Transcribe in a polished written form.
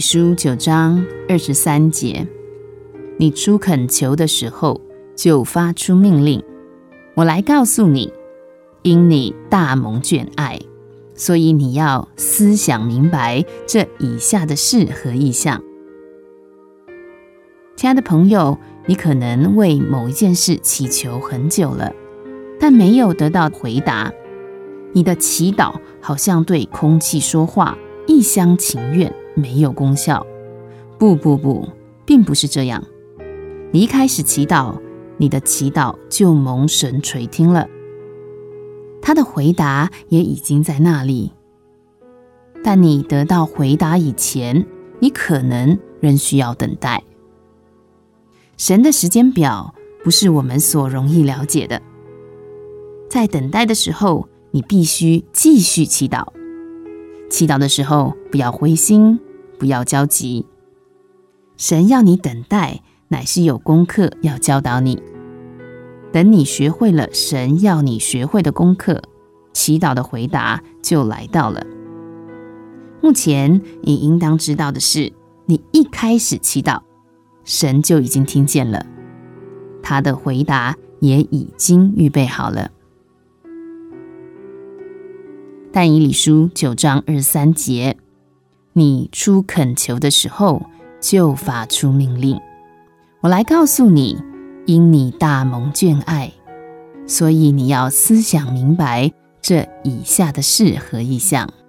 书9章23节，你初恳求的时候，就发出命令，我来告诉你，因你大蒙眷爱，所以你要思想明白这以下的事和意象。亲爱的朋友，你可能为某一件事祈求很久了，但没有得到回答。你的祈祷好像对空气说话，一厢情愿，没有功效。不，并不是这样。你一开始祈祷，你的祈祷就蒙神垂听了，他的回答也已经在那里。但你得到回答以前，你可能仍需要等待。神的时间表不是我们所容易了解的。在等待的时候，你必须继续祈祷。祈祷的时候，不要灰心，不要焦急。神要你等待，乃是有功课要教导你。等你学会了神要你学会的功课，祈祷的回答就来到了。目前你应当知道的是，你一开始祈祷，神就已经听见了，他的回答也已经预备好了。但以理书9章23节，你初恳求的时候，就发出命令，我来告诉你，因你大蒙眷爱，所以你要思想明白这以下的事和意象。